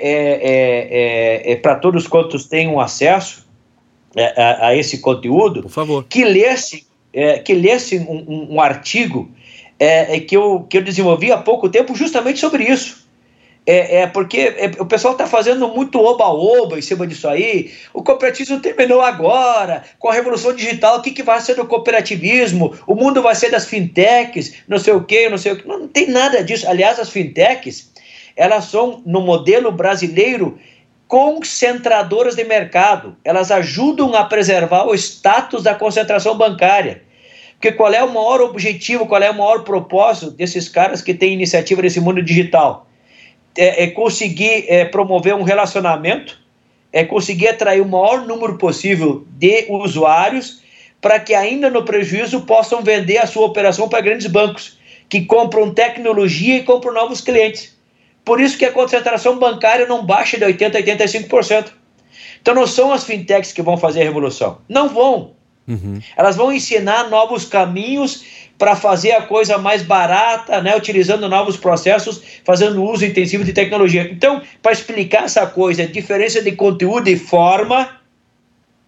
[SPEAKER 3] para todos quantos tenham acesso a esse conteúdo, por favor, que lessem um artigo que eu desenvolvi há pouco tempo justamente sobre isso. Porque o pessoal está fazendo muito oba-oba em cima disso aí. O cooperativismo terminou agora, com a revolução digital, o que vai ser do cooperativismo? O mundo vai ser das fintechs, não sei o quê. Não tem nada disso. Aliás, as fintechs, elas são, no modelo brasileiro, concentradoras de mercado. Elas ajudam a preservar o status da concentração bancária. Porque qual é o maior objetivo, qual é o maior propósito desses caras que têm iniciativa nesse mundo digital? Conseguir promover um relacionamento, conseguir atrair o maior número possível de usuários para que ainda no prejuízo possam vender a sua operação para grandes bancos que compram tecnologia e compram novos clientes. Por isso que a concentração bancária não baixa de 80% a 85%. Então não são as fintechs que vão fazer a revolução. Não vão. Uhum. Elas vão ensinar novos caminhos para fazer a coisa mais barata, né, utilizando novos processos, fazendo uso intensivo de tecnologia. Então, para explicar essa coisa, a diferença de conteúdo e forma,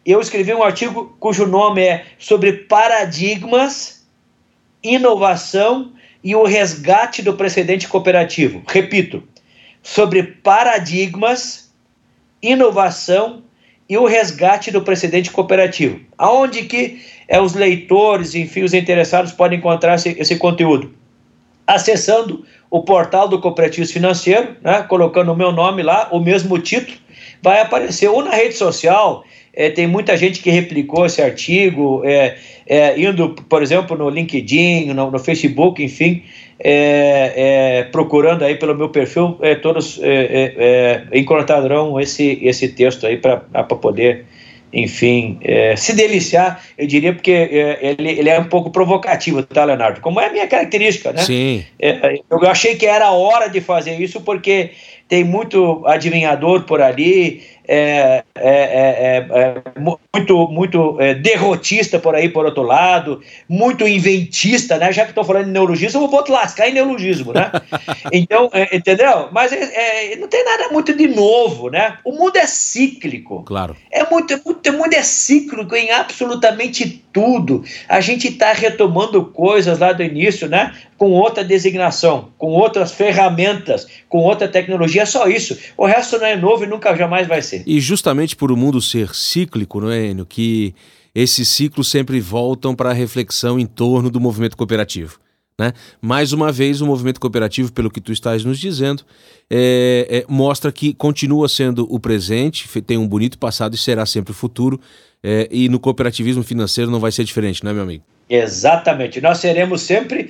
[SPEAKER 3] eu escrevi um artigo cujo nome é sobre paradigmas, inovação e o resgate do precedente cooperativo. Repito, sobre paradigmas, inovação e o resgate do precedente cooperativo. Aonde que os leitores, enfim, os interessados podem encontrar esse conteúdo? Acessando o portal do Cooperativismo Financeiro, né, colocando o meu nome lá, o mesmo título, vai aparecer ou na rede social. Tem muita gente que replicou esse artigo, indo, por exemplo, no LinkedIn, no Facebook, enfim, procurando aí pelo meu perfil, todos encontrarão esse texto aí para poder, enfim, se deliciar, eu diria, porque ele é um pouco provocativo, tá, Leonardo? Como é a minha característica, né?
[SPEAKER 2] Sim.
[SPEAKER 3] Eu achei que era hora de fazer isso, porque tem muito adivinhador por ali, muito derrotista por aí, por outro lado, muito inventista, né? Já que estou falando de neologismo, eu vou lascar em neologismo, né? Então, entendeu? Mas não tem nada muito de novo, né? O mundo é cíclico.
[SPEAKER 2] Claro.
[SPEAKER 3] O mundo é cíclico em absolutamente tudo. A gente está retomando coisas lá do início, né? Com outra designação, com outras ferramentas, com outra tecnologia, só isso. O resto não é novo e nunca jamais vai ser.
[SPEAKER 2] E justamente por o mundo ser cíclico, não é, Enio, que esses ciclos sempre voltam para a reflexão em torno do movimento cooperativo, né? Mais uma vez, o movimento cooperativo, pelo que tu estás nos dizendo, mostra que continua sendo o presente, tem um bonito passado e será sempre o futuro, e no cooperativismo financeiro não vai ser diferente, não é, meu amigo?
[SPEAKER 3] Exatamente. Nós seremos sempre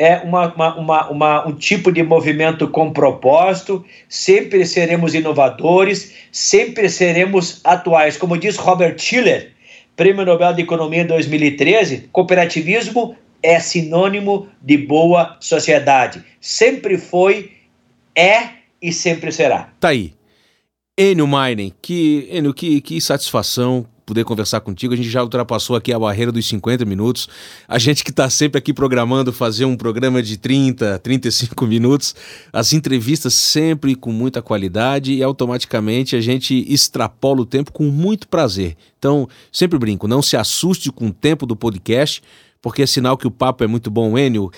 [SPEAKER 3] um tipo de movimento com propósito, sempre seremos inovadores, sempre seremos atuais. Como diz Robert Shiller, Prêmio Nobel de Economia em 2013, cooperativismo é sinônimo de boa sociedade. Sempre foi, e sempre será.
[SPEAKER 2] Tá aí. Enio Meinen, que satisfação poder conversar contigo. A gente já ultrapassou aqui a barreira dos 50 minutos. A gente que está sempre aqui programando fazer um programa de 30, 35 minutos. As entrevistas sempre com muita qualidade e automaticamente a gente extrapola o tempo com muito prazer. Então, sempre brinco, não se assuste com o tempo do podcast, porque é sinal que o papo é muito bom. Enio,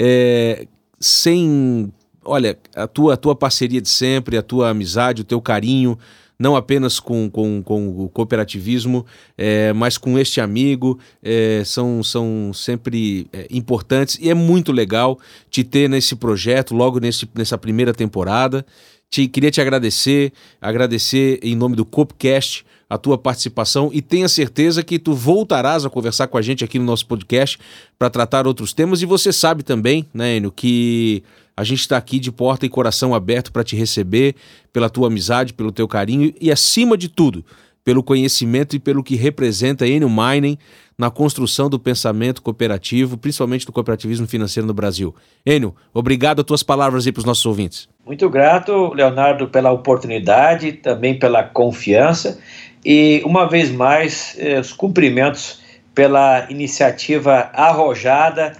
[SPEAKER 2] olha, a tua parceria de sempre, a tua amizade, o teu carinho, não apenas com o cooperativismo, mas com este amigo, são sempre importantes, e é muito legal te ter nesse projeto, logo nessa primeira temporada. Queria te agradecer em nome do Coopcast a tua participação, e tenha certeza que tu voltarás a conversar com a gente aqui no nosso podcast para tratar outros temas. E você sabe também, né, Enio, que a gente está aqui de porta e coração aberto para te receber, pela tua amizade, pelo teu carinho e, acima de tudo, pelo conhecimento e pelo que representa Enio Meinen na construção do pensamento cooperativo, principalmente do cooperativismo financeiro no Brasil. Enio, obrigado a tuas palavras aí para os nossos ouvintes.
[SPEAKER 3] Muito grato, Leonardo, pela oportunidade, também pela confiança e, uma vez mais, os cumprimentos pela iniciativa arrojada,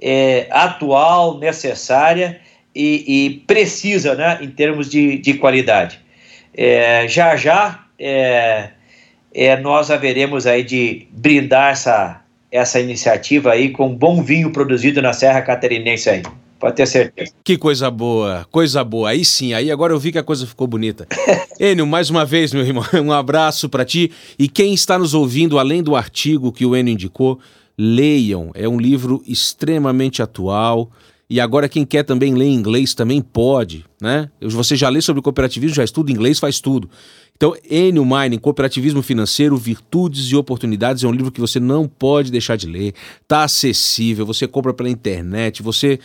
[SPEAKER 3] atual, necessária e precisa, né, em termos de qualidade. Já nós haveremos aí de brindar essa iniciativa aí com um bom vinho produzido na Serra Catarinense aí. Pode ter certeza.
[SPEAKER 2] Que coisa boa, coisa boa. Aí sim, aí agora eu vi que a coisa ficou bonita. Enio, mais uma vez, meu irmão, um abraço para ti. E quem está nos ouvindo, além do artigo que o Enio indicou, leiam. É um livro extremamente atual. E agora quem quer também ler em inglês também pode, né? Você já lê sobre cooperativismo, já estuda inglês, faz tudo. Então, Enio Meinen, Cooperativismo Financeiro, Virtudes e Oportunidades, é um livro que você não pode deixar de ler. Está acessível, você compra pela internet, você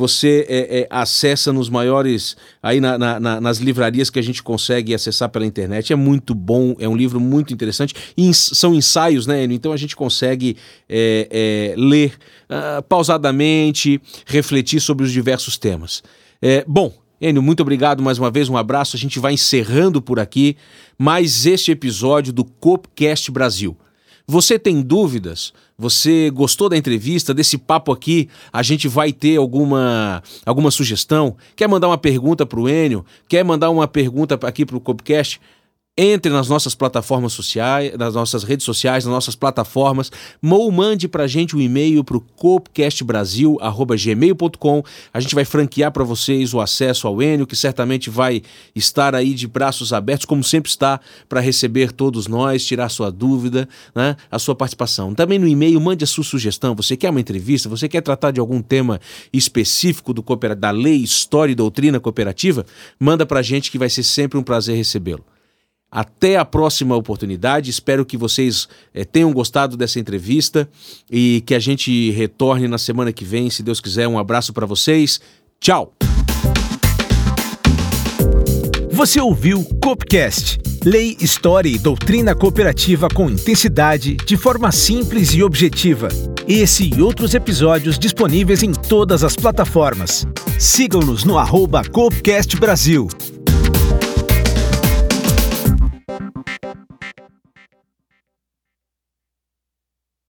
[SPEAKER 2] acessa nos maiores, aí nas livrarias que a gente consegue acessar pela internet. É muito bom, é um livro muito interessante. São ensaios, né, Enio? Então a gente consegue ler pausadamente, refletir sobre os diversos temas. Bom, Enio, muito obrigado mais uma vez, um abraço. A gente vai encerrando por aqui mais este episódio do Coopcast Brasil. Você tem dúvidas? Você gostou da entrevista, desse papo aqui? A gente vai ter alguma sugestão? Quer mandar uma pergunta para o Enio? Quer mandar uma pergunta aqui para o Coopcast? Entre nas nossas plataformas sociais, nas nossas redes sociais, nas nossas plataformas, ou mande pra gente um e-mail pro copcastbrasil@gmail.com. A gente vai franquear para vocês o acesso ao Enio, que certamente vai estar aí de braços abertos, como sempre está, para receber todos nós, tirar sua dúvida, né, a sua participação. Também no e-mail, mande a sua sugestão. Você quer uma entrevista? Você quer tratar de algum tema específico da lei, história e doutrina cooperativa? Manda pra gente que vai ser sempre um prazer recebê-lo. Até a próxima oportunidade, espero que vocês tenham gostado dessa entrevista e que a gente retorne na semana que vem, se Deus quiser. Um abraço para vocês, tchau!
[SPEAKER 1] Você ouviu Coopcast, Lei, História e Doutrina Cooperativa com intensidade, de forma simples e objetiva. Esse e outros episódios disponíveis em todas as plataformas. Sigam-nos no @Coopcast Brasil.